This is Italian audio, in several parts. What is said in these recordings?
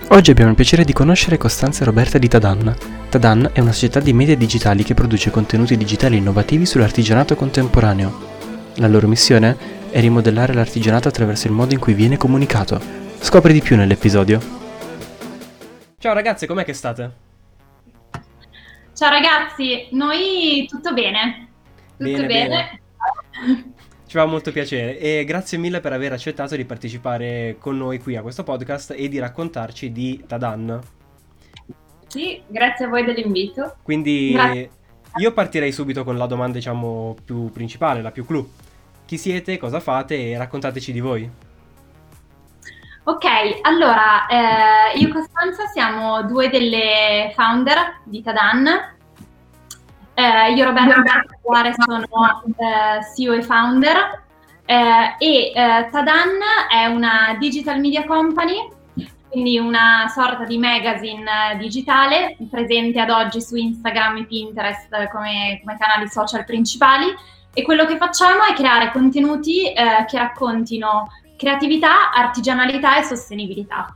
Oggi abbiamo il piacere di conoscere Costanza e Roberta di Tadan. Tadan è una società di media digitali che produce contenuti digitali innovativi sull'artigianato contemporaneo. La loro missione è rimodellare l'artigianato attraverso il modo in cui viene comunicato. Scopri di più nell'episodio. Ciao ragazze, com'è che state? Ciao ragazzi, noi tutto bene? Tutto Bene. bene? Ci fa molto piacere e grazie mille per aver accettato di partecipare con noi qui a questo podcast e di raccontarci di Tadan. Sì, grazie a voi dell'invito. Grazie. Quindi io partirei subito con la domanda, diciamo, più principale, la più clou. Chi siete, cosa fate e raccontateci di voi. Ok, allora, io e Costanza siamo due delle founder di Tadan. Io e Roberta in particolare sono CEO e founder. Tadan è una digital media company, quindi una sorta di magazine digitale presente ad oggi su Instagram e Pinterest come canali social principali, e quello che facciamo è creare contenuti che raccontino creatività, artigianalità e sostenibilità.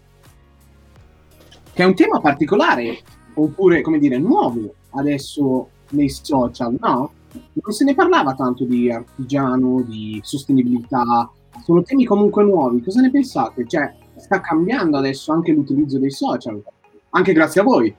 Che è un tema particolare, oppure, come dire, nuovo adesso nei social, no? Non se ne parlava tanto di artigiano, di sostenibilità, sono temi comunque nuovi. Cosa ne pensate? Cioè, sta cambiando adesso anche l'utilizzo dei social, anche grazie a voi.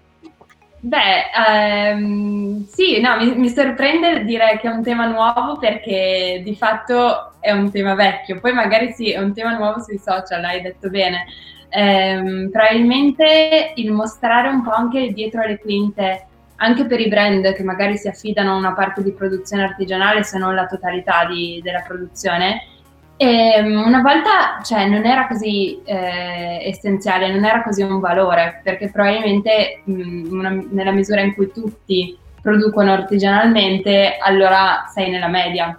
Sì, no, mi sorprende dire che è un tema nuovo perché di fatto è un tema vecchio, poi magari sì, è un tema nuovo sui social, hai detto bene. Probabilmente il mostrare un po' anche dietro le quinte, anche per i brand che magari si affidano a una parte di produzione artigianale se non la totalità della produzione. Una volta, cioè, non era così essenziale, non era così un valore, perché probabilmente nella misura in cui tutti producono artigianalmente, allora sei nella media.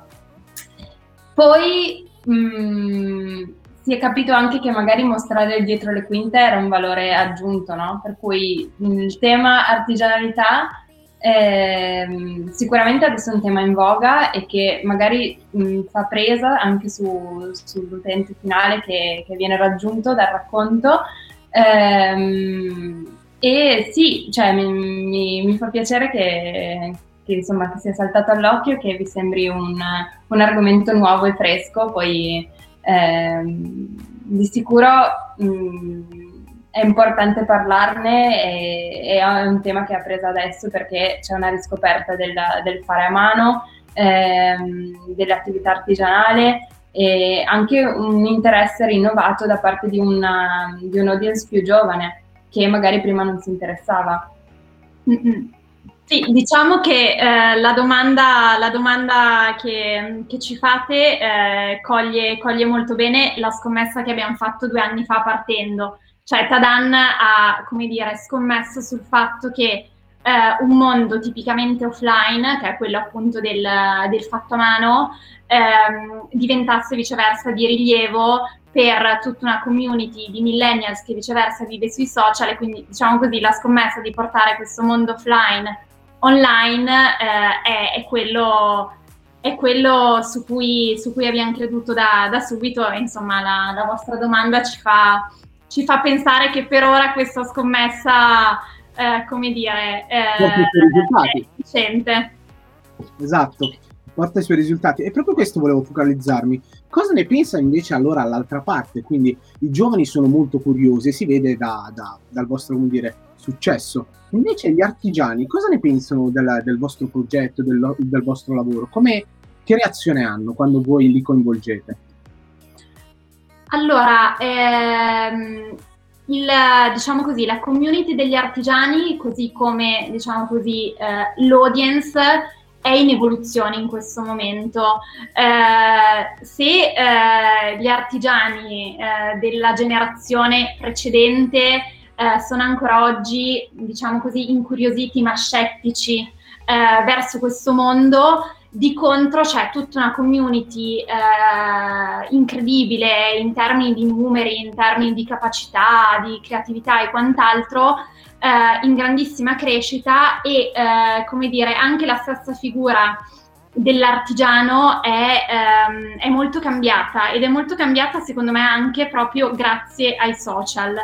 Poi si è capito anche che magari mostrare dietro le quinte era un valore aggiunto, no? Per cui il tema artigianalità sicuramente adesso è un tema in voga e che magari fa presa anche sull'utente finale che viene raggiunto dal racconto. E sì, cioè, mi fa piacere che insomma che sia saltato all'occhio e che vi sembri un argomento nuovo e fresco. Poi di sicuro è importante parlarne e è un tema che ha preso adesso perché c'è una riscoperta del fare a mano, dell'attività artigianale e anche un interesse rinnovato da parte di un audience più giovane che magari prima non si interessava. Sì, diciamo che la domanda che ci fate coglie molto bene la scommessa che abbiamo fatto 2 anni fa partendo. Cioè Tadan ha, come dire, scommesso sul fatto che un mondo tipicamente offline, che è quello appunto del fatto a mano, diventasse viceversa di rilievo per tutta una community di millennials che viceversa vive sui social, e quindi diciamo così la scommessa di portare questo mondo offline online è quello su cui abbiamo creduto da subito. E insomma la vostra domanda ci fa pensare che per ora questa scommessa come dire è efficiente. Esatto, porta i suoi risultati. E proprio questo volevo focalizzarmi. Cosa ne pensa invece allora all'altra parte? Quindi i giovani sono molto curiosi e si vede dal vostro, come dire, successo. Invece gli artigiani cosa ne pensano del vostro progetto, del vostro lavoro? Che reazione hanno quando voi li coinvolgete? Allora, diciamo così, la community degli artigiani, così come diciamo così, l'audience è in evoluzione in questo momento. Se gli artigiani della generazione precedente sono ancora oggi, diciamo così, incuriositi ma scettici verso questo mondo, di contro c'è tutta una community incredibile in termini di numeri, in termini di capacità, di creatività e quant'altro, in grandissima crescita, e come dire, anche la stessa figura dell'artigiano è molto cambiata, ed è molto cambiata secondo me anche proprio grazie ai social.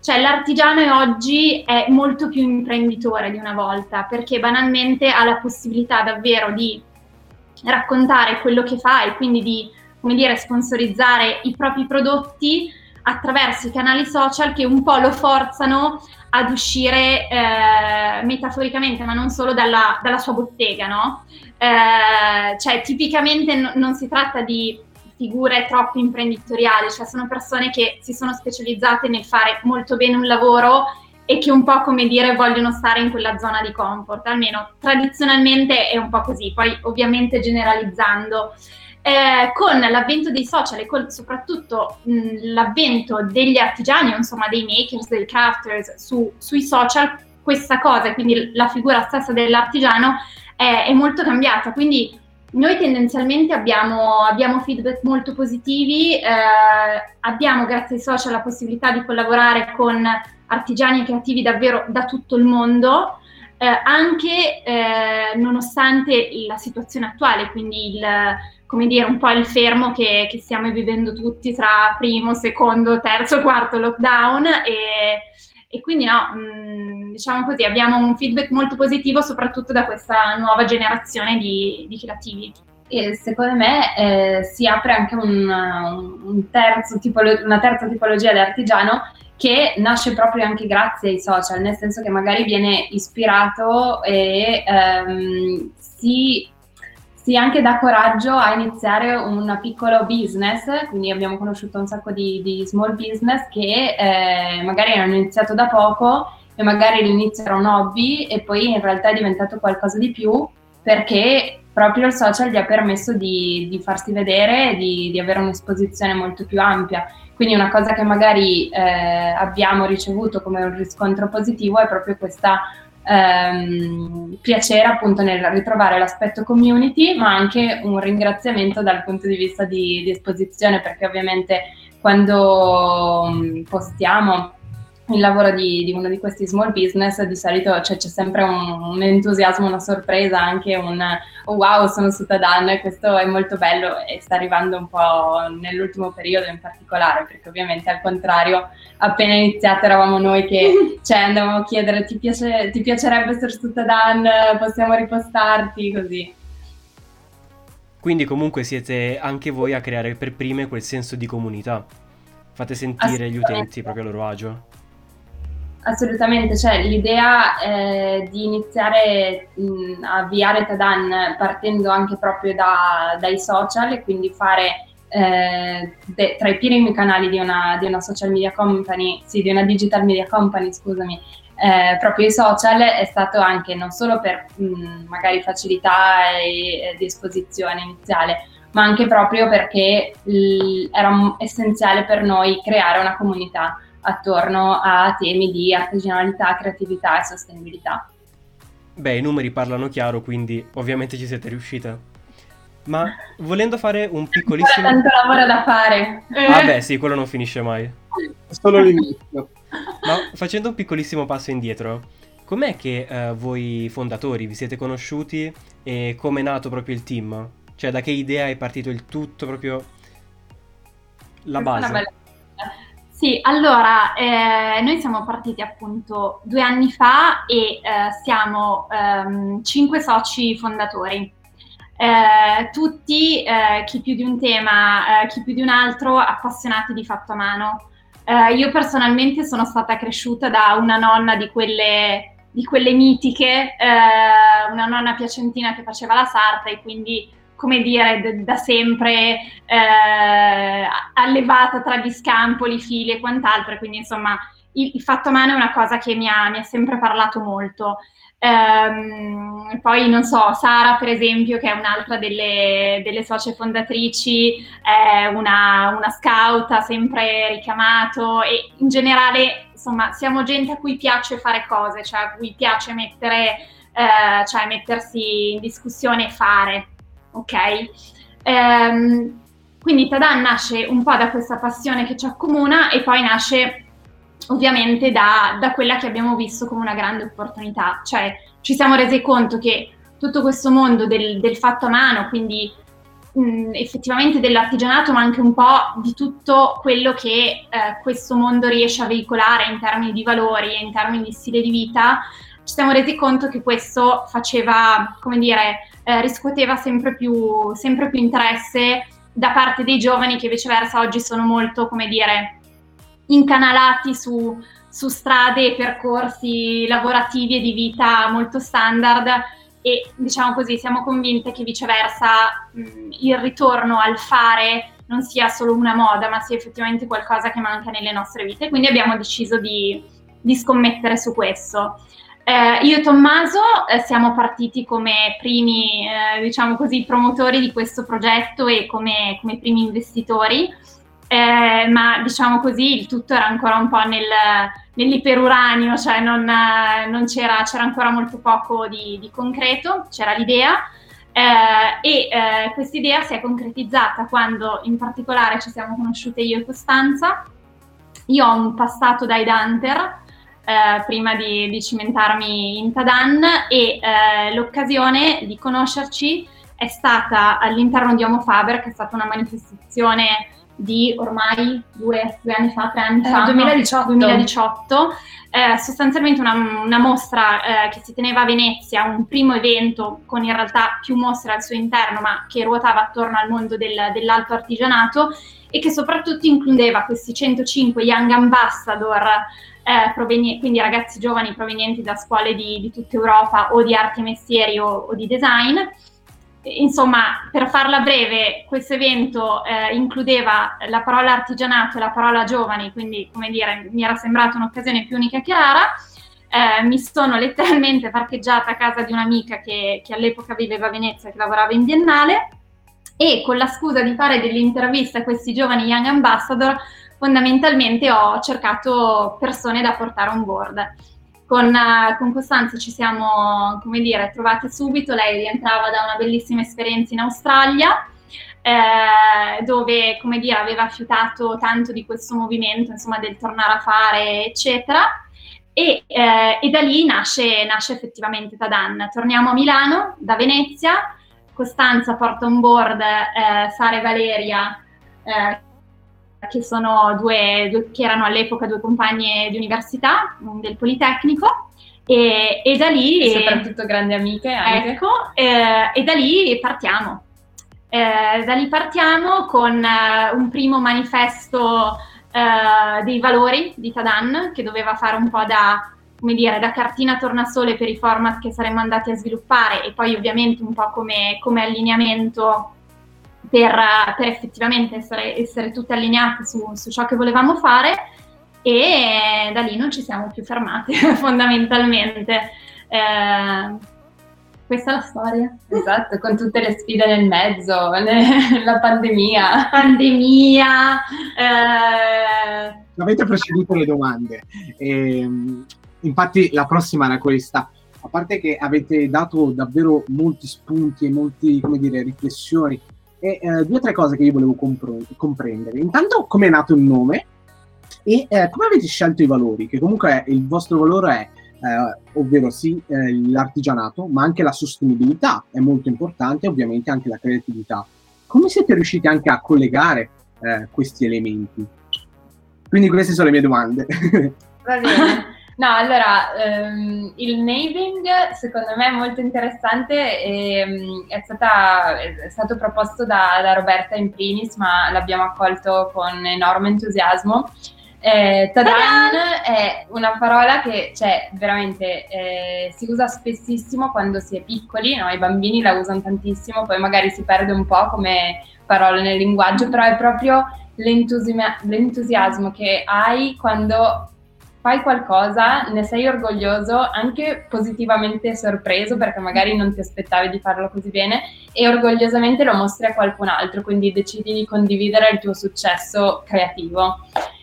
Cioè l'artigiano oggi è molto più imprenditore di una volta, perché banalmente ha la possibilità davvero di raccontare quello che fa e quindi di, come dire, sponsorizzare i propri prodotti attraverso i canali social che un po' lo forzano ad uscire metaforicamente, ma non solo dalla sua bottega, no? Cioè tipicamente non si tratta di figure troppo imprenditoriali, cioè sono persone che si sono specializzate nel fare molto bene un lavoro e che un po', come dire, vogliono stare in quella zona di comfort, almeno tradizionalmente è un po' così, poi ovviamente generalizzando. Con l'avvento dei social e soprattutto l'avvento degli artigiani, insomma dei makers, dei crafters sui social, questa cosa, quindi la figura stessa dell'artigiano è molto cambiata, quindi noi tendenzialmente abbiamo feedback molto positivi, abbiamo grazie ai social la possibilità di collaborare con artigiani e creativi davvero da tutto il mondo, anche nonostante la situazione attuale, quindi come dire, un po' il fermo che stiamo vivendo tutti tra primo, secondo, terzo, quarto lockdown e quindi no, diciamo così, abbiamo un feedback molto positivo soprattutto da questa nuova generazione di creativi. E secondo me si apre anche una terza tipologia di artigiano che nasce proprio anche grazie ai social, nel senso che magari viene ispirato e si anche dà coraggio a iniziare un piccolo business, quindi abbiamo conosciuto un sacco di small business che magari hanno iniziato da poco e magari all'inizio era un hobby e poi in realtà è diventato qualcosa di più perché proprio il social gli ha permesso di farsi vedere e di avere un'esposizione molto più ampia. Quindi una cosa che magari abbiamo ricevuto come un riscontro positivo è proprio questa piacere appunto nel ritrovare l'aspetto community, ma anche un ringraziamento dal punto di vista di esposizione, perché ovviamente quando postiamo il lavoro di uno di questi small business di solito c'è sempre un entusiasmo, una sorpresa, anche un oh wow, sono su Tadan, e questo è molto bello e sta arrivando un po' nell'ultimo periodo in particolare, perché ovviamente al contrario appena iniziato eravamo noi che andavamo a chiedere ti piacerebbe essere su Tadan, possiamo ripostarti, così. Quindi comunque siete anche voi a creare per prime quel senso di comunità, fate sentire gli utenti proprio a loro agio. Assolutamente, cioè l'idea di iniziare a avviare Tadan partendo anche proprio dai social e quindi fare tra i primi canali di una social media company, sì, di una digital media company, scusami, proprio i social è stato anche non solo per magari facilità di esposizione iniziale, ma anche proprio perché era essenziale per noi creare una comunità attorno a temi di artigianalità, creatività e sostenibilità. Beh, i numeri parlano chiaro, quindi ovviamente ci siete riuscite. Ma volendo fare un piccolissimo... C'è tanto lavoro da fare. Ah beh, sì, quello non finisce mai. Solo l'inizio. Ma facendo un piccolissimo passo indietro, com'è che voi fondatori vi siete conosciuti e come è nato proprio il team? Cioè, da che idea è partito il tutto, proprio la base? Sì, allora, noi siamo partiti appunto 2 anni fa e siamo 5 soci fondatori, tutti, chi più di un tema, chi più di un altro, appassionati di fatto a mano. Io personalmente sono stata cresciuta da una nonna di quelle mitiche, una nonna piacentina che faceva la sarta e quindi, come dire, da sempre allevata tra gli scampoli, fili e quant'altro, quindi insomma il fatto a mano è una cosa che mi ha sempre parlato molto. Poi non so, Sara per esempio, che è un'altra delle socie fondatrici, è una scout, ha sempre richiamato e in generale insomma siamo gente a cui piace fare cose, cioè a cui piace mettersi in discussione e fare. Ok, quindi Tadan nasce un po' da questa passione che ci accomuna e poi nasce ovviamente da quella che abbiamo visto come una grande opportunità, cioè ci siamo resi conto che tutto questo mondo del fatto a mano, quindi effettivamente dell'artigianato, ma anche un po' di tutto quello che questo mondo riesce a veicolare in termini di valori e in termini di stile di vita, ci siamo resi conto che questo faceva, come dire, riscuoteva sempre più interesse da parte dei giovani, che viceversa oggi sono molto, come dire, incanalati su strade e percorsi lavorativi e di vita molto standard, e diciamo così siamo convinte che viceversa il ritorno al fare non sia solo una moda, ma sia effettivamente qualcosa che manca nelle nostre vite, quindi abbiamo deciso di scommettere su questo. Io e Tommaso siamo partiti come primi, diciamo così, promotori di questo progetto e come primi investitori, ma diciamo così il tutto era ancora un po' nell'iperuranio, cioè non c'era ancora molto poco di concreto, c'era l'idea, e questa idea si è concretizzata quando in particolare ci siamo conosciute io e Costanza. Io ho un passato da headhunter, prima di cimentarmi in Tadan, e l'occasione di conoscerci è stata all'interno di Homo Faber, che è stata una manifestazione di ormai 2 anni fa, 3 anni fa, 2018, sostanzialmente una mostra che si teneva a Venezia, un primo evento con in realtà più mostre al suo interno, ma che ruotava attorno al mondo dell'alto artigianato, e che soprattutto includeva questi 105 Young Ambassador, quindi ragazzi giovani provenienti da scuole di tutta Europa, o di arti e mestieri o di design. Insomma, per farla breve, questo evento includeva la parola artigianato e la parola giovani, quindi, come dire, mi era sembrata un'occasione più unica che rara. Mi sono letteralmente parcheggiata a casa di un'amica che all'epoca viveva a Venezia, che lavorava in Biennale, e con la scusa di fare delle interviste a questi giovani Young Ambassador, fondamentalmente ho cercato persone da portare on board. Con Costanza ci siamo, come dire, trovate subito. Lei rientrava da una bellissima esperienza in Australia, dove, come dire, aveva fiutato tanto di questo movimento, insomma, del tornare a fare, eccetera, e da lì nasce effettivamente Tadan. Torniamo a Milano da Venezia, Costanza porta on board Sara e Valeria, che sono che erano all'epoca 2 compagne di università del Politecnico, e da lì, soprattutto grandi amiche anche. Ecco, e da lì partiamo. Con un primo manifesto dei valori di Tadan, che doveva fare un po' da cartina tornasole per i format che saremmo andati a sviluppare, e poi ovviamente un po' come allineamento per effettivamente essere tutte allineate su ciò che volevamo fare, e da lì non ci siamo più fermate fondamentalmente. Questa è la storia. Esatto, con tutte le sfide nel mezzo, la pandemia. Avete proceduto le domande. Infatti la prossima era questa. A parte che avete dato davvero molti spunti e molti, come dire, riflessioni, e 2 o 3 cose che io volevo comprendere. Intanto, come è nato il nome e come avete scelto i valori, che comunque il vostro valore è ovvero sì l'artigianato, ma anche la sostenibilità è molto importante, ovviamente anche la creatività. Come siete riusciti anche a collegare questi elementi? Quindi queste sono le mie domande. Va bene. No, allora, il naming secondo me è molto interessante, e è stato proposto da Roberta in primis, ma l'abbiamo accolto con enorme entusiasmo. Tadan è una parola che veramente si usa spessissimo quando si è piccoli, no? I bambini la usano tantissimo, poi magari si perde un po' come parola nel linguaggio, però è proprio l'entusiasmo che hai quando fai qualcosa, ne sei orgoglioso, anche positivamente sorpreso perché magari non ti aspettavi di farlo così bene, e orgogliosamente lo mostri a qualcun altro, quindi decidi di condividere il tuo successo creativo.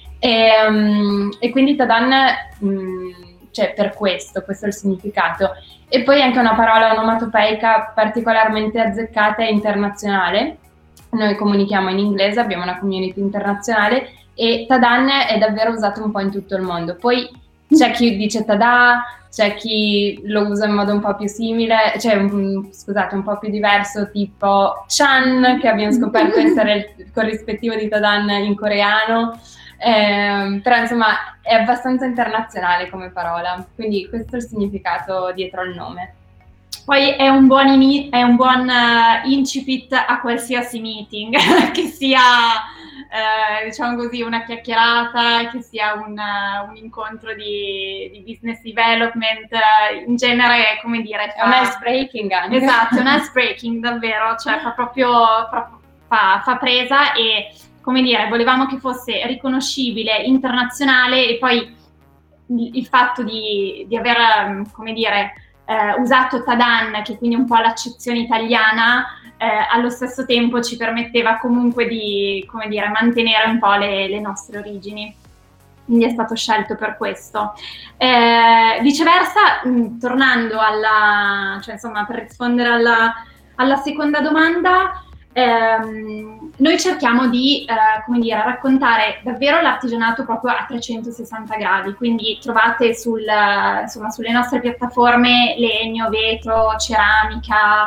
E quindi Tadan, per questo è il significato. E poi anche una parola onomatopeica particolarmente azzeccata e internazionale. Noi comunichiamo in inglese, abbiamo una community internazionale, e Tadan è davvero usato un po' in tutto il mondo. Poi C'è chi dice Tada, c'è chi lo usa in modo un po' più simile, cioè scusate, un po' più diverso, tipo Chan, che abbiamo scoperto essere il corrispettivo di Tadan in coreano. Però insomma è abbastanza internazionale come parola, quindi questo è il significato dietro al nome. Poi è un buon incipit a qualsiasi meeting, che sia diciamo così una chiacchierata, che sia un incontro di business development, in genere, come dire, è un ice breaking anche. Esatto, un ice breaking davvero, cioè fa proprio fa presa, e come dire, volevamo che fosse riconoscibile, internazionale, e poi il fatto di aver, come dire, usato Tadan, che quindi è un po' l'accezione italiana, allo stesso tempo ci permetteva comunque di, come dire, mantenere un po' le nostre origini. Quindi è stato scelto per questo. Viceversa, tornando cioè insomma, per rispondere alla seconda domanda, noi cerchiamo di come dire, raccontare davvero l'artigianato proprio a 360 gradi, quindi trovate insomma, sulle nostre piattaforme legno, vetro, ceramica,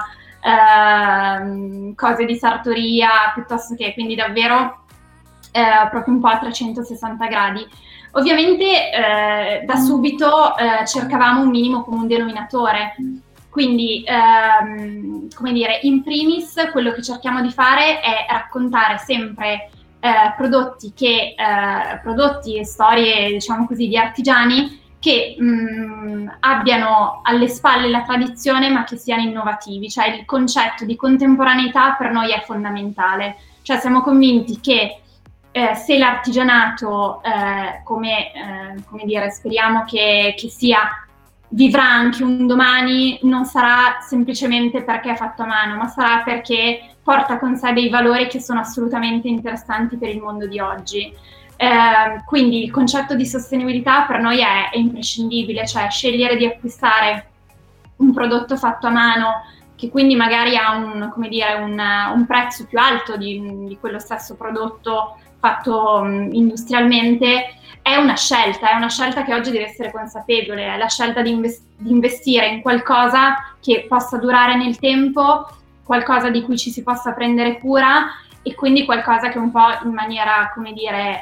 cose di sartoria, piuttosto che, quindi davvero proprio un po' a 360 gradi. Ovviamente da subito cercavamo un minimo comune denominatore, quindi come dire, in primis quello che cerchiamo di fare è raccontare sempre prodotti e storie, diciamo così, di artigiani che abbiano alle spalle la tradizione ma che siano innovativi, cioè il concetto di contemporaneità per noi è fondamentale, cioè siamo convinti che se l'artigianato, come dire, speriamo che vivrà anche un domani, non sarà semplicemente perché è fatto a mano, ma sarà perché porta con sé dei valori che sono assolutamente interessanti per il mondo di oggi. Quindi il concetto di sostenibilità per noi è imprescindibile, cioè scegliere di acquistare un prodotto fatto a mano, che quindi magari ha un prezzo più alto di quello stesso prodotto fatto industrialmente, è una scelta che oggi deve essere consapevole, è la scelta di investire in qualcosa che possa durare nel tempo, qualcosa di cui ci si possa prendere cura, e quindi qualcosa che un po' in maniera, come dire,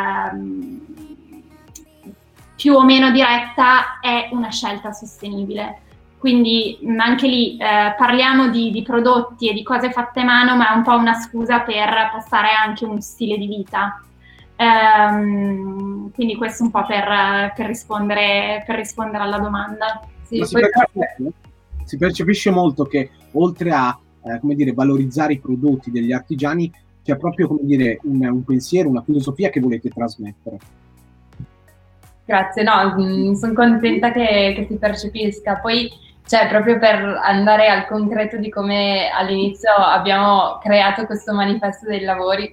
più o meno diretta è una scelta sostenibile. Quindi anche lì parliamo di prodotti e di cose fatte a mano, ma è un po' una scusa per passare anche uno stile di vita. Quindi questo un po' per rispondere alla domanda. Sì, si percepisce molto che oltre a come dire, valorizzare i prodotti degli artigiani, c'è proprio, come dire, un pensiero, una filosofia che volete trasmettere. Grazie, no, sono contenta che si percepisca. Poi, cioè, proprio per andare al concreto di come all'inizio abbiamo creato questo manifesto dei valori,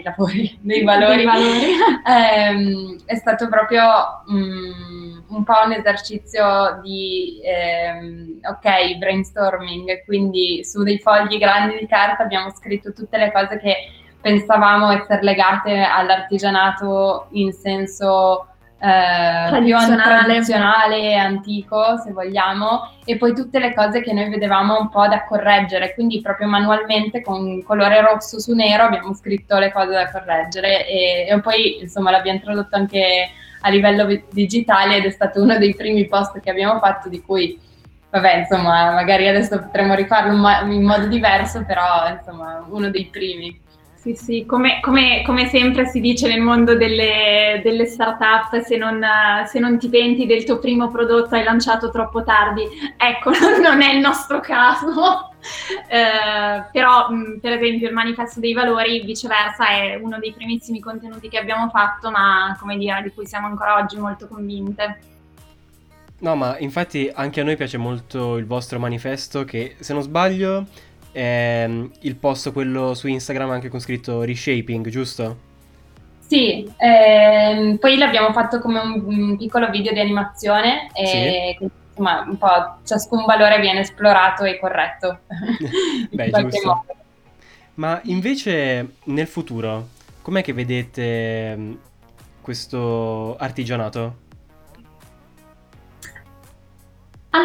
è stato proprio un po' un esercizio di brainstorming, quindi su dei fogli grandi di carta abbiamo scritto tutte le cose che pensavamo essere legate all'artigianato in senso più tradizionale, antico, se vogliamo, e poi tutte le cose che noi vedevamo un po' da correggere, quindi proprio manualmente con colore rosso su nero abbiamo scritto le cose da correggere, e poi insomma l'abbiamo tradotto anche a livello digitale, ed è stato uno dei primi post che abbiamo fatto, di cui vabbè, insomma, magari adesso potremmo rifarlo in modo diverso, però insomma uno dei primi. Sì, come sempre si dice nel mondo delle start-up, se non ti penti del tuo primo prodotto hai lanciato troppo tardi. Ecco, non è il nostro caso. Però, per esempio, il manifesto dei valori, viceversa, è uno dei primissimi contenuti che abbiamo fatto, ma, come dire, di cui siamo ancora oggi molto convinte. No, ma infatti anche a noi piace molto il vostro manifesto, che, se non sbaglio, il post quello su Instagram anche con scritto reshaping, giusto? Sì, poi l'abbiamo fatto come un piccolo video di animazione, e sì, quindi insomma un po' ciascun valore viene esplorato e corretto. Beh, giusto. Modo. Ma invece nel futuro com'è che vedete questo artigianato?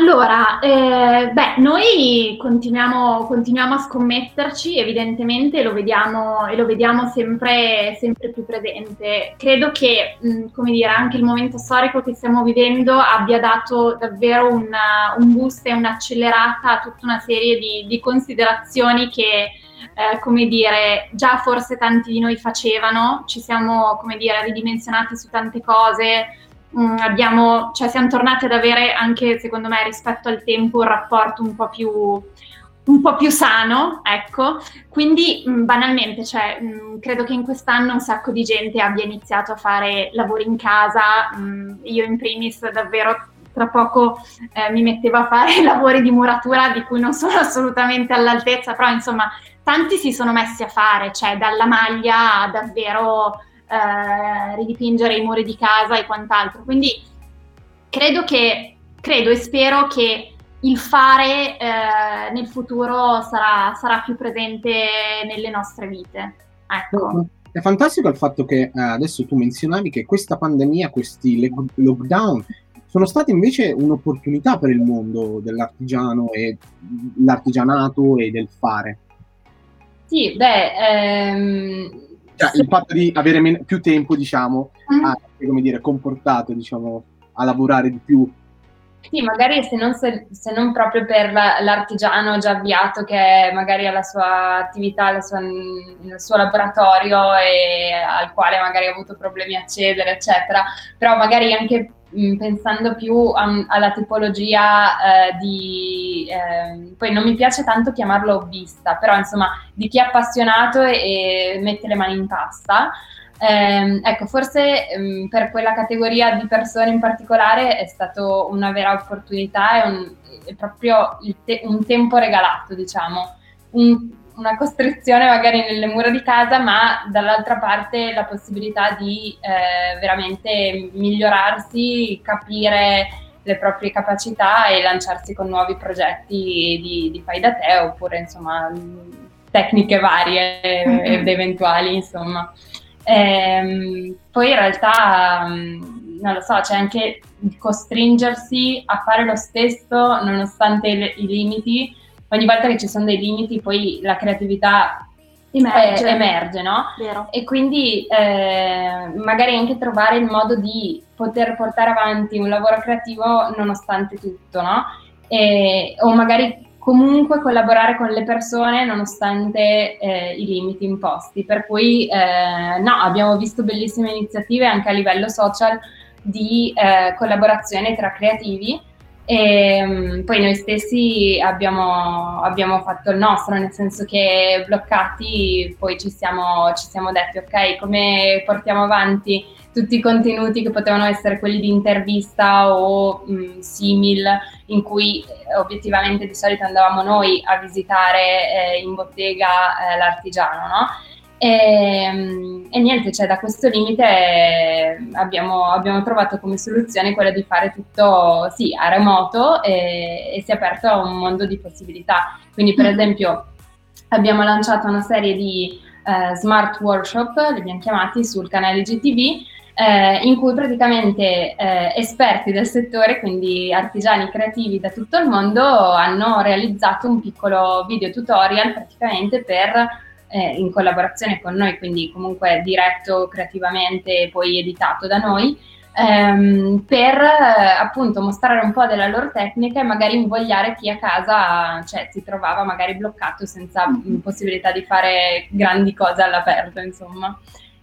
Allora, noi continuiamo a scommetterci, evidentemente lo vediamo sempre più presente. Credo che, come dire, anche il momento storico che stiamo vivendo abbia dato davvero un boost e un'accelerata a tutta una serie di considerazioni che, come dire, già forse tanti di noi facevano, ci siamo, come dire, ridimensionati su tante cose. Siamo tornati ad avere anche, secondo me, rispetto al tempo, un rapporto un po' più sano, ecco. Quindi banalmente, credo che in quest'anno un sacco di gente abbia iniziato a fare lavori in casa, io in primis davvero tra poco mi mettevo a fare lavori di muratura di cui non sono assolutamente all'altezza, però insomma tanti si sono messi a fare, cioè dalla maglia a davvero ridipingere i muri di casa e quant'altro. Quindi credo e spero che il fare nel futuro sarà più presente nelle nostre vite. Ecco. È fantastico il fatto che adesso tu menzionavi che questa pandemia, questi lockdown sono stati invece un'opportunità per il mondo dell'artigiano e l'artigianato e del fare. Sì, il fatto di avere più tempo, diciamo, ha, come dire, comportato, diciamo, a lavorare di più. Sì, magari se non proprio per l'artigiano già avviato che magari ha la sua attività, il suo laboratorio e al quale magari ha avuto problemi a accedere, eccetera, però magari anche pensando più alla tipologia poi non mi piace tanto chiamarlo hobbista, però insomma di chi è appassionato e mette le mani in pasta. Ecco, forse per quella categoria di persone in particolare è stato una vera opportunità e proprio un tempo regalato, diciamo, una costrizione magari nelle mura di casa, ma dall'altra parte la possibilità di veramente migliorarsi, capire le proprie capacità e lanciarsi con nuovi progetti di fai da te, oppure insomma tecniche varie ed eventuali, insomma. Poi in realtà non lo so, c'è anche il costringersi a fare lo stesso nonostante i limiti. Ogni volta che ci sono dei limiti poi la creatività emerge, no? Vero. E quindi magari anche trovare il modo di poter portare avanti un lavoro creativo nonostante tutto, no? O magari comunque collaborare con le persone nonostante i limiti imposti, per cui abbiamo visto bellissime iniziative anche a livello social di collaborazione tra creativi e poi noi stessi abbiamo fatto il nostro, nel senso che bloccati poi ci siamo detti ok, come portiamo avanti tutti i contenuti che potevano essere quelli di intervista o simil, in cui obiettivamente di solito andavamo noi a visitare in bottega l'artigiano, no? E niente, cioè da questo limite abbiamo trovato come soluzione quella di fare tutto sì a remoto e si è aperto a un mondo di possibilità. Quindi per esempio abbiamo lanciato una serie di smart workshop, li abbiamo chiamati, sul canale GTV, in cui praticamente esperti del settore, quindi artigiani creativi da tutto il mondo, hanno realizzato un piccolo video tutorial praticamente in collaborazione con noi, quindi comunque diretto creativamente e poi editato da noi, per appunto mostrare un po' della loro tecnica e magari invogliare chi a casa si trovava magari bloccato senza possibilità di fare grandi cose all'aperto, insomma.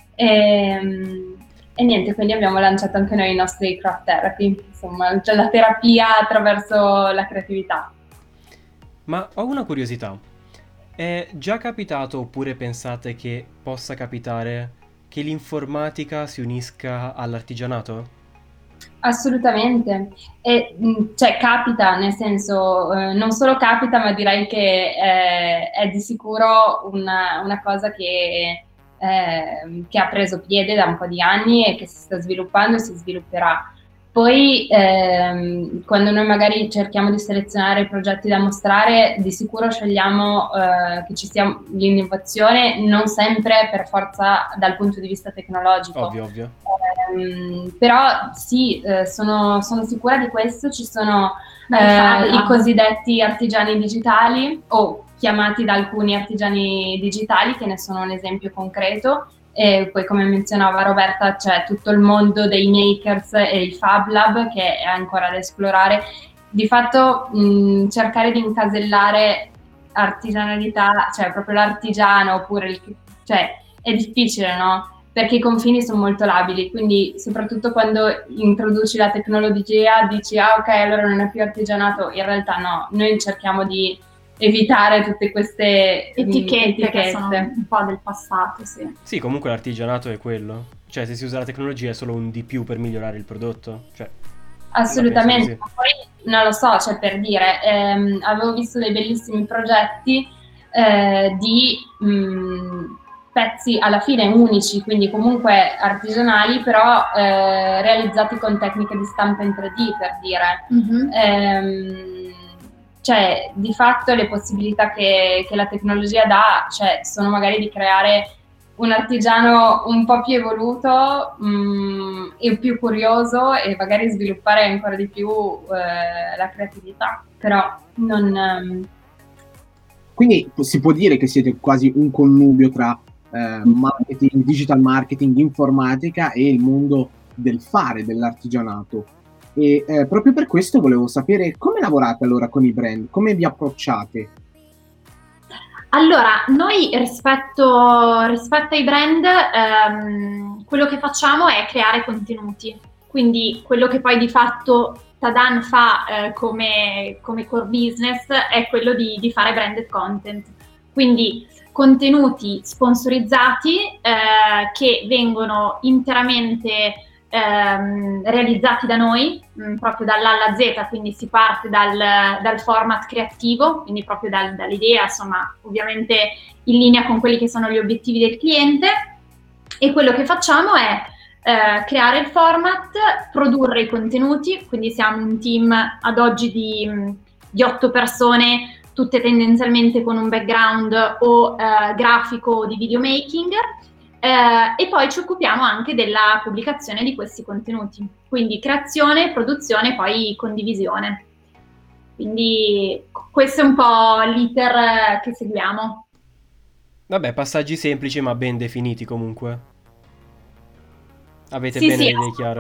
E niente, quindi abbiamo lanciato anche noi i nostri craft therapy, insomma, cioè la terapia attraverso la creatività. Ma ho una curiosità. È già capitato, oppure pensate che possa capitare, che l'informatica si unisca all'artigianato? Assolutamente, e capita, nel senso non solo capita, ma direi che è di sicuro una cosa che ha preso piede da un po' di anni e che si sta sviluppando e si svilupperà. Poi quando noi magari cerchiamo di selezionare i progetti da mostrare, di sicuro scegliamo che ci sia l'innovazione, non sempre per forza dal punto di vista tecnologico. Ovvio. Però sì, sono sicura di questo. Ci sono Dai, i cosiddetti artigiani digitali, o chiamati da alcuni artigiani digitali, che ne sono un esempio concreto. E poi, come menzionava Roberta, c'è tutto il mondo dei makers e il Fab Lab, che è ancora da esplorare. Di fatto cercare di incasellare artigianalità, cioè proprio l'artigiano, oppure cioè è difficile, no? Perché i confini sono molto labili, quindi soprattutto quando introduci la tecnologia dici ok, allora non è più artigianato. In realtà no, noi cerchiamo di evitare tutte queste etichette che sono un po' del passato, sì. Sì, comunque l'artigianato è quello. Cioè, se si usa la tecnologia è solo un di più per migliorare il prodotto. Cioè, assolutamente. Ma poi non lo so, cioè, per dire, avevo visto dei bellissimi progetti di pezzi alla fine unici, quindi comunque artigianali, però realizzati con tecniche di stampa in 3D, per dire. Cioè, di fatto le possibilità che la tecnologia dà, cioè, sono magari di creare un artigiano un po' più evoluto e più curioso, e magari sviluppare ancora di più la creatività, però non... Quindi si può dire che siete quasi un connubio tra marketing, digital marketing, informatica e il mondo del fare, dell'artigianato. E proprio per questo volevo sapere come lavorate allora con i brand, come vi approcciate? Allora, noi rispetto ai brand, quello che facciamo è creare contenuti. Quindi quello che poi di fatto Tadan fa come core business è quello di fare branded content. Quindi contenuti sponsorizzati che vengono interamente realizzati da noi, proprio dall'A alla Z, quindi si parte dal format creativo, quindi proprio dall'idea, insomma, ovviamente in linea con quelli che sono gli obiettivi del cliente, e quello che facciamo è creare il format, produrre i contenuti, quindi siamo un team ad oggi di 8 persone, tutte tendenzialmente con un background o grafico o di videomaking. E poi ci occupiamo anche della pubblicazione di questi contenuti, quindi creazione, produzione e poi condivisione. Quindi questo è un po' l'iter che seguiamo. Vabbè, passaggi semplici ma ben definiti comunque. Avete Sì, bene sì, le idee chiare.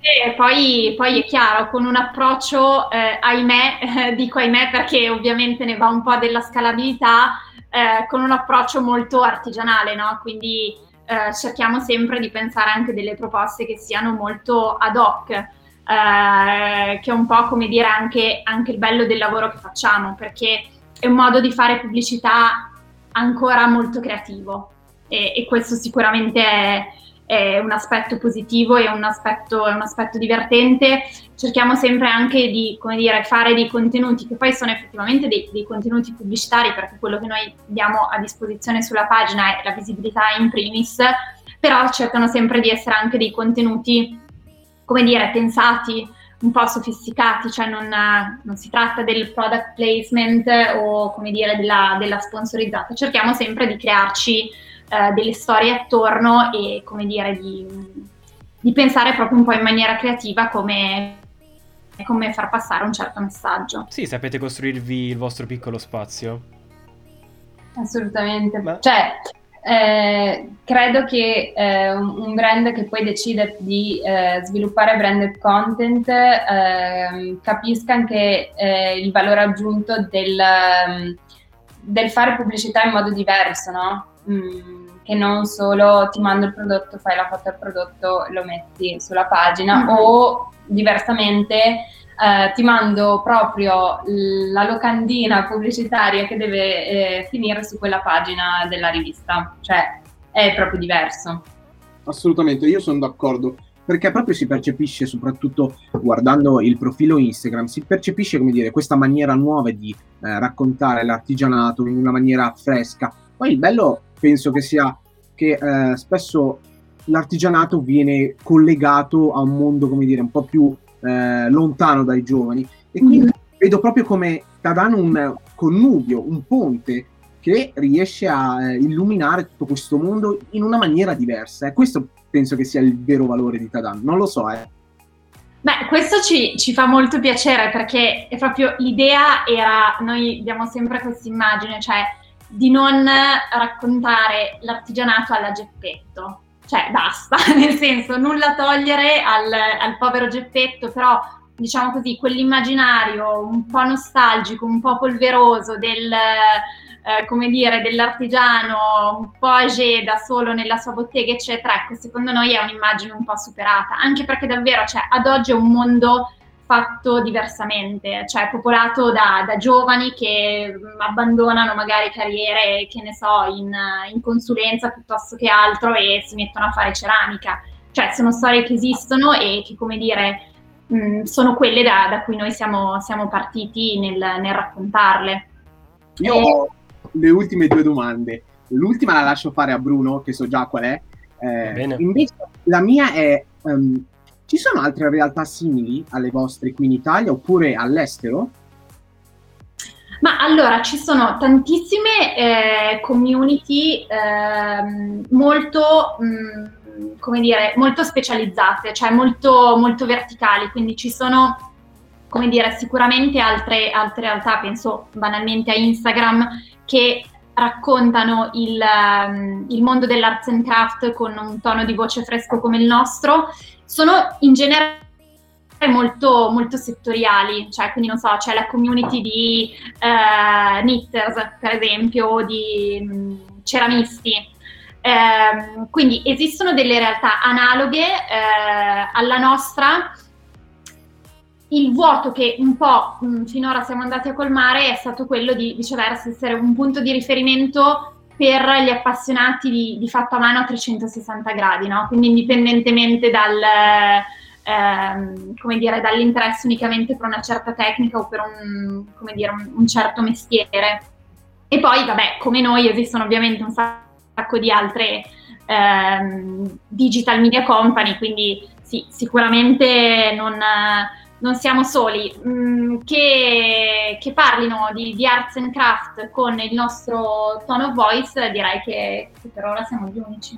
poi è chiaro, con un approccio, ahimè, dico ahimè perché ovviamente ne va un po' della scalabilità, con un approccio molto artigianale, no? Quindi cerchiamo sempre di pensare anche delle proposte che siano molto ad hoc, che è un po' come dire anche il bello del lavoro che facciamo, perché è un modo di fare pubblicità ancora molto creativo, e questo sicuramente è un aspetto positivo, è un aspetto divertente. Cerchiamo sempre anche di, come dire, fare dei contenuti che poi sono effettivamente dei contenuti pubblicitari, perché quello che noi diamo a disposizione sulla pagina è la visibilità in primis, però cercano sempre di essere anche dei contenuti, come dire, pensati, un po' sofisticati, cioè non si tratta del product placement o, come dire, della sponsorizzata. Cerchiamo sempre di crearci delle storie attorno e, come dire, di pensare proprio un po' in maniera creativa come far passare un certo messaggio. Sì, sapete costruirvi il vostro piccolo spazio. Assolutamente. Ma... Cioè, credo che un brand che poi decide di sviluppare branded content capisca anche il valore aggiunto del fare pubblicità in modo diverso, no? Che non solo ti mando il prodotto, fai la foto del prodotto, lo metti sulla pagina, o diversamente ti mando proprio la locandina pubblicitaria che deve finire su quella pagina della rivista. Cioè, è proprio diverso. Assolutamente, io sono d'accordo, perché proprio si percepisce, soprattutto guardando il profilo Instagram, si percepisce, come dire, questa maniera nuova di raccontare l'artigianato in una maniera fresca. Poi il bello penso che sia che spesso l'artigianato viene collegato a un mondo, come dire, un po' più lontano dai giovani, e quindi vedo proprio come Tadan un connubio, un ponte che riesce a illuminare tutto questo mondo in una maniera diversa, e questo penso che sia il vero valore di Tadan. Non lo so, Beh, questo ci fa molto piacere, perché è proprio l'idea era, noi abbiamo sempre questa immagine, cioè di non raccontare l'artigianato alla Geppetto, cioè basta, nel senso nulla togliere al povero Geppetto, però diciamo così, quell'immaginario un po' nostalgico, un po' polveroso come dire, dell'artigiano un po' âgé da solo nella sua bottega, eccetera, ecco, secondo noi è un'immagine un po' superata, anche perché davvero, cioè, ad oggi è un mondo fatto diversamente, cioè popolato da giovani che abbandonano magari carriere, che ne so, in consulenza piuttosto che altro, e si mettono a fare ceramica. Cioè sono storie che esistono e che, come dire, sono quelle da cui noi siamo partiti nel raccontarle. Io ho le ultime 2 domande. L'ultima la lascio fare a Bruno, che so già qual è. Bene. Invece la mia è, ci sono altre realtà simili alle vostre qui in Italia oppure all'estero? Ma allora, ci sono tantissime community molto, come dire, molto specializzate, cioè molto, molto verticali, quindi ci sono, come dire, sicuramente altre realtà, penso banalmente a Instagram, che raccontano il mondo dell'arts and craft con un tono di voce fresco come il nostro. Sono in genere molto, molto settoriali, cioè quindi non so, c'è la community di knitters, per esempio, o di ceramisti. Quindi esistono delle realtà analoghe alla nostra. Il vuoto che un po' finora siamo andati a colmare è stato quello di, viceversa, essere un punto di riferimento per gli appassionati di fatto a mano a 360 gradi, no? Quindi indipendentemente come dire, dall'interesse unicamente per una certa tecnica o per un certo mestiere. E poi, vabbè, come noi esistono ovviamente un sacco di altre digital media company, quindi sì, sicuramente non siamo soli. Che parlino di arts and craft con il nostro tone of voice, direi che per ora siamo gli unici.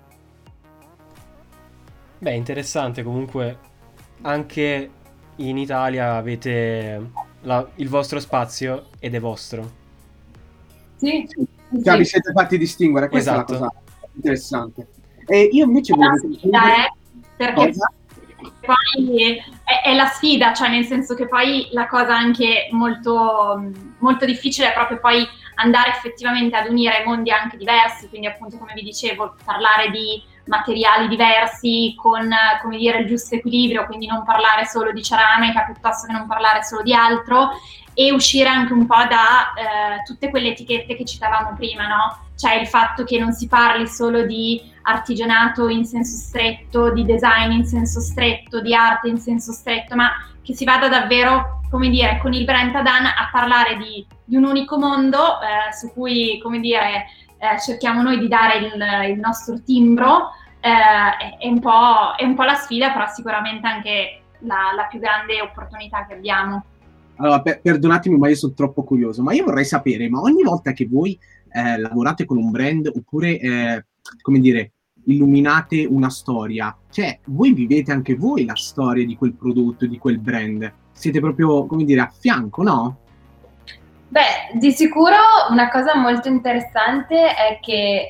Beh, interessante, comunque anche in Italia avete il vostro spazio ed è vostro. Sì. Cioè, vi siete fatti distinguere, questa Esatto. è la cosa interessante. E io invece volevo... Perché Cosa? poi è la sfida, cioè nel senso che poi la cosa anche molto, molto difficile è proprio poi andare effettivamente ad unire mondi anche diversi, quindi appunto, come vi dicevo, parlare di materiali diversi con, come dire, il giusto equilibrio, quindi non parlare solo di ceramica piuttosto che non parlare solo di altro, e uscire anche un po' da tutte quelle etichette che citavamo prima, no? Cioè il fatto che non si parli solo di artigianato in senso stretto, di design in senso stretto, di arte in senso stretto, ma che si vada davvero, come dire, con il brand Tadan a parlare di un unico mondo su cui, come dire, cerchiamo noi di dare il nostro timbro. È un po' la sfida, però sicuramente anche la più grande opportunità che abbiamo. Allora, perdonatemi, ma io sono troppo curioso, ma io vorrei sapere, ma ogni volta che voi lavorate con un brand oppure, come dire, illuminate una storia, cioè voi vivete anche voi la storia di quel prodotto, di quel brand, siete proprio, come dire, a fianco, no? Beh, di sicuro una cosa molto interessante è che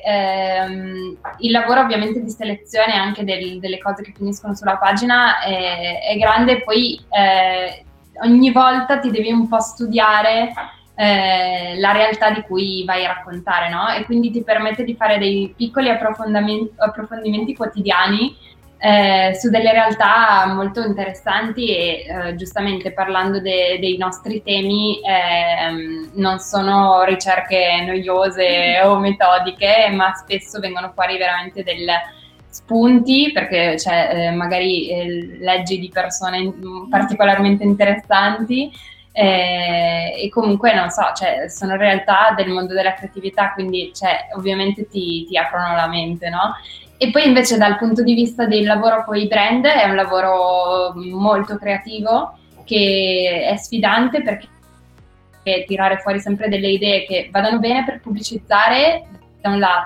il lavoro ovviamente di selezione anche delle cose che finiscono sulla pagina è grande, e poi ogni volta ti devi un po' studiare la realtà di cui vai a raccontare, no? E quindi ti permette di fare dei piccoli approfondimenti quotidiani su delle realtà molto interessanti e giustamente parlando dei nostri temi non sono ricerche noiose o metodiche, ma spesso vengono fuori veramente dei spunti, perché magari leggi di persone particolarmente interessanti e comunque non so, sono realtà del mondo della creatività, quindi ovviamente ti aprono la mente, no? E poi invece dal punto di vista del lavoro con i brand è un lavoro molto creativo, che è sfidante perché tirare fuori sempre delle idee che vadano bene per pubblicizzare da un lato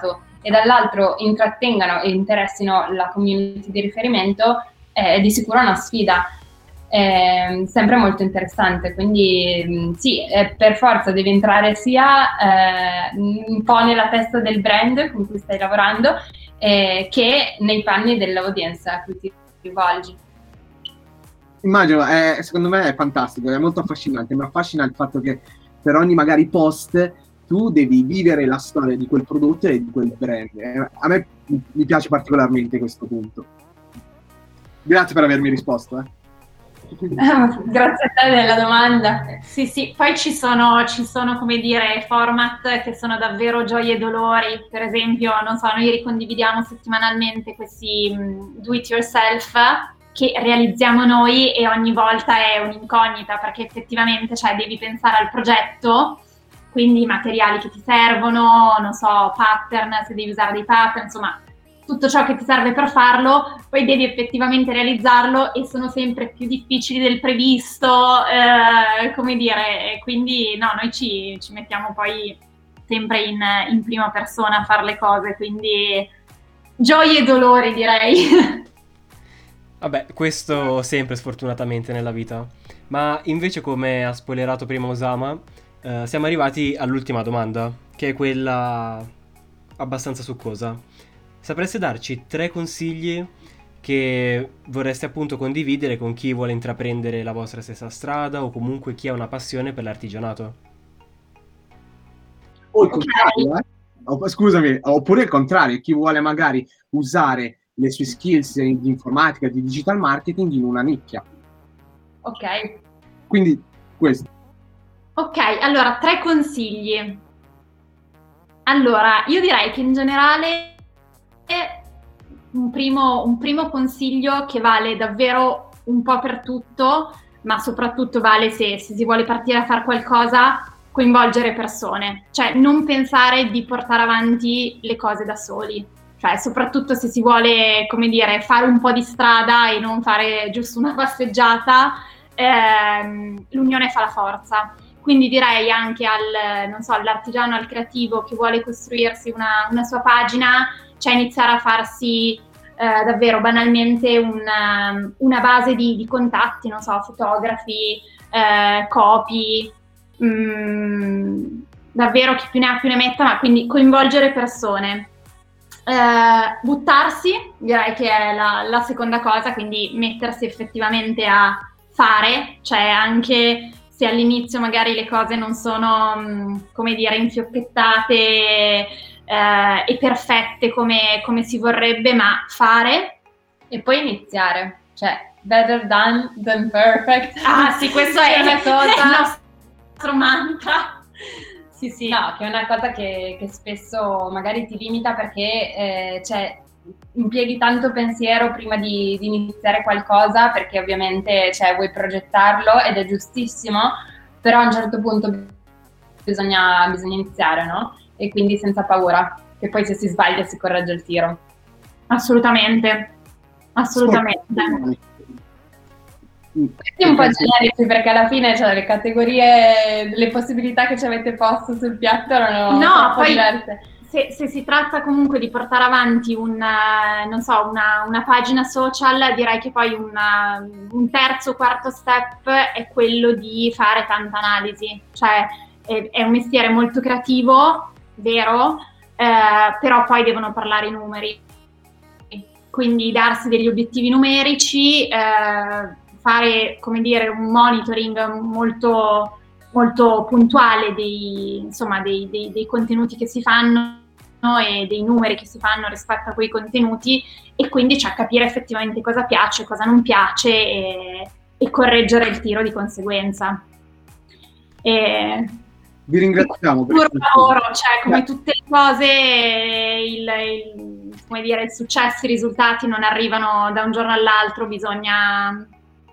e dall'altro intrattengano e interessino la community di riferimento, è di sicuro una sfida. Sempre molto interessante, quindi sì, per forza devi entrare sia un po' nella testa del brand con cui stai lavorando che nei panni dell'audience a cui ti rivolgi. Immagino, secondo me è fantastico, è molto affascinante. Mi affascina il fatto che per ogni magari post tu devi vivere la storia di quel prodotto e di quel brand. A me mi piace particolarmente questo punto. Grazie per avermi risposto. Grazie a te della domanda. Sì, poi ci sono, come dire, format che sono davvero gioie e dolori. Per esempio, non so, noi ricondividiamo settimanalmente questi do it yourself che realizziamo noi, e ogni volta è un'incognita, perché effettivamente, cioè, devi pensare al progetto, quindi i materiali che ti servono, non so, pattern, se devi usare dei pattern, insomma, tutto ciò che ti serve per farlo, poi devi effettivamente realizzarlo, e sono sempre più difficili del previsto, come dire, quindi no, noi ci mettiamo poi sempre in prima persona a fare le cose, quindi gioie e dolori, direi. Vabbè, questo sempre sfortunatamente nella vita. Ma invece, come ha spoilerato prima Osama, siamo arrivati all'ultima domanda, che è quella abbastanza succosa. Sapreste darci 3 consigli che vorreste appunto condividere con chi vuole intraprendere la vostra stessa strada, o comunque chi ha una passione per l'artigianato? O il contrario, scusami, oppure il contrario, chi vuole magari usare le sue skills di informatica, di digital marketing in una nicchia. Ok. Quindi questo. Ok, allora 3 consigli. Allora, io direi che in generale un primo consiglio che vale davvero un po' per tutto, ma soprattutto vale se si vuole partire a fare qualcosa, coinvolgere persone, cioè non pensare di portare avanti le cose da soli, cioè soprattutto se si vuole, come dire, fare un po' di strada e non fare giusto una passeggiata, l'unione fa la forza. Quindi direi anche all'artigiano, al creativo che vuole costruirsi una sua pagina, cioè iniziare a farsi davvero banalmente una base di contatti, non so, fotografi, copy, davvero chi più ne ha più ne metta, ma quindi coinvolgere persone. Buttarsi, direi che è la seconda cosa, quindi mettersi effettivamente a fare, cioè anche se all'inizio magari le cose non sono, come dire, infiocchettate e perfette come si vorrebbe, ma fare. E poi iniziare, cioè better done than perfect. Ah sì, questo è una cosa, il nostro mantra. Sì. No, che è una cosa che spesso magari ti limita perché impieghi tanto pensiero prima di iniziare qualcosa, perché ovviamente vuoi progettarlo ed è giustissimo, però a un certo punto bisogna iniziare, no? E quindi senza paura, che poi se si sbaglia si corregge il tiro. Assolutamente. Questi un po' generici, perché alla fine le categorie, le possibilità che ci avete posto sul piatto erano troppo diverse. Se si tratta comunque di portare avanti una pagina social, direi che poi un terzo, quarto step è quello di fare tanta analisi, cioè è un mestiere molto creativo, vero, però poi devono parlare i numeri, quindi darsi degli obiettivi numerici, fare, come dire, un monitoring molto, molto puntuale dei contenuti che si fanno e dei numeri che si fanno rispetto a quei contenuti, e quindi capire effettivamente cosa piace, cosa non piace e correggere il tiro di conseguenza. Vi ringraziamo per il lavoro, come tutte le cose, il successo, i risultati non arrivano da un giorno all'altro, bisogna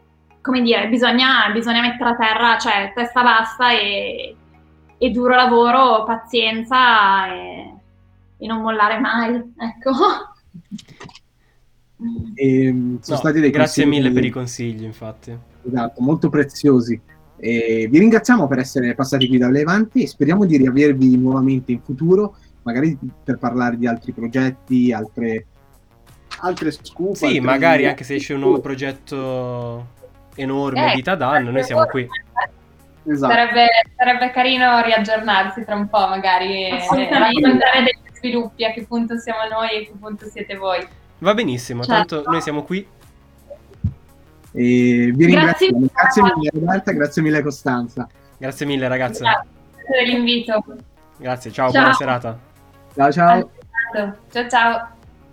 mettere a terra, testa bassa e duro lavoro, pazienza e non mollare mai, ecco. Sono stati dei grazie mille per i consigli, infatti. Esatto, molto preziosi. Vi ringraziamo per essere passati qui da Levante e speriamo di riavervi nuovamente in futuro magari per parlare di altri progetti, altre scoop. Sì, magari anche se esce un nuovo progetto enorme di Tadan, noi siamo qui. Esatto. Sarebbe carino riaggiornarsi tra un po', magari, e raccontare degli sviluppi, a che punto siamo noi e a che punto siete voi. Va benissimo, Certo. tanto noi siamo qui. E vi ringrazio. Grazie mille Roberta, grazie mille Costanza. Grazie mille ragazze. Grazie per l'invito. Grazie, ciao, buona serata. Ciao ciao. Ciao ciao.